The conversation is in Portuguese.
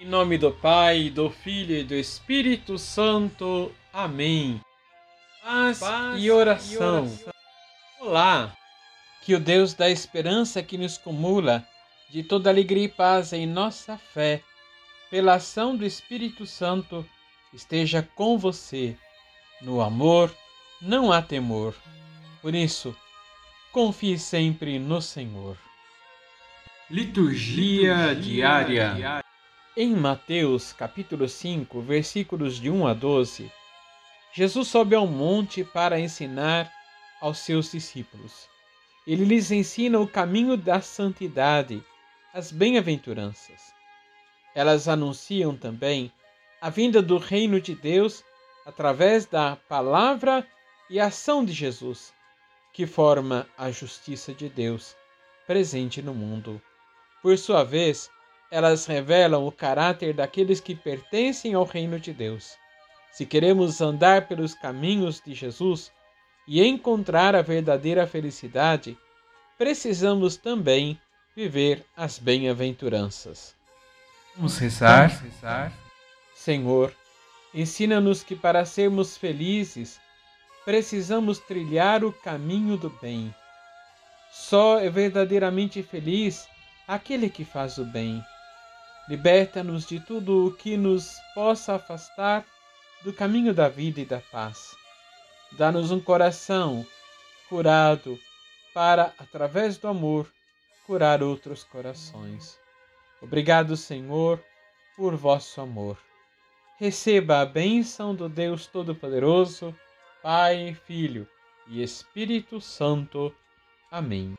Em nome do Pai, do Filho e do Espírito Santo. Amém. Paz e oração. Olá! Que o Deus da esperança que nos cumula de toda alegria e paz em nossa fé, pela ação do Espírito Santo, esteja com você. No amor não há temor. Por isso, confie sempre no Senhor. Liturgia diária. Em Mateus capítulo 5, versículos de 1 a 12, Jesus sobe ao monte para ensinar aos seus discípulos. Ele lhes ensina o caminho da santidade, as bem-aventuranças. Elas anunciam também a vinda do reino de Deus através da palavra e ação de Jesus, que forma a justiça de Deus presente no mundo. Por sua vez, elas revelam o caráter daqueles que pertencem ao reino de Deus. Se queremos andar pelos caminhos de Jesus e encontrar a verdadeira felicidade, precisamos também viver as bem-aventuranças. Vamos rezar. Senhor, ensina-nos que para sermos felizes, precisamos trilhar o caminho do bem. Só é verdadeiramente feliz aquele que faz o bem. Liberta-nos de tudo o que nos possa afastar do caminho da vida e da paz. Dá-nos um coração curado para, através do amor, curar outros corações. Obrigado, Senhor, por vosso amor. Receba a bênção do Deus Todo-Poderoso, Pai, Filho e Espírito Santo. Amém.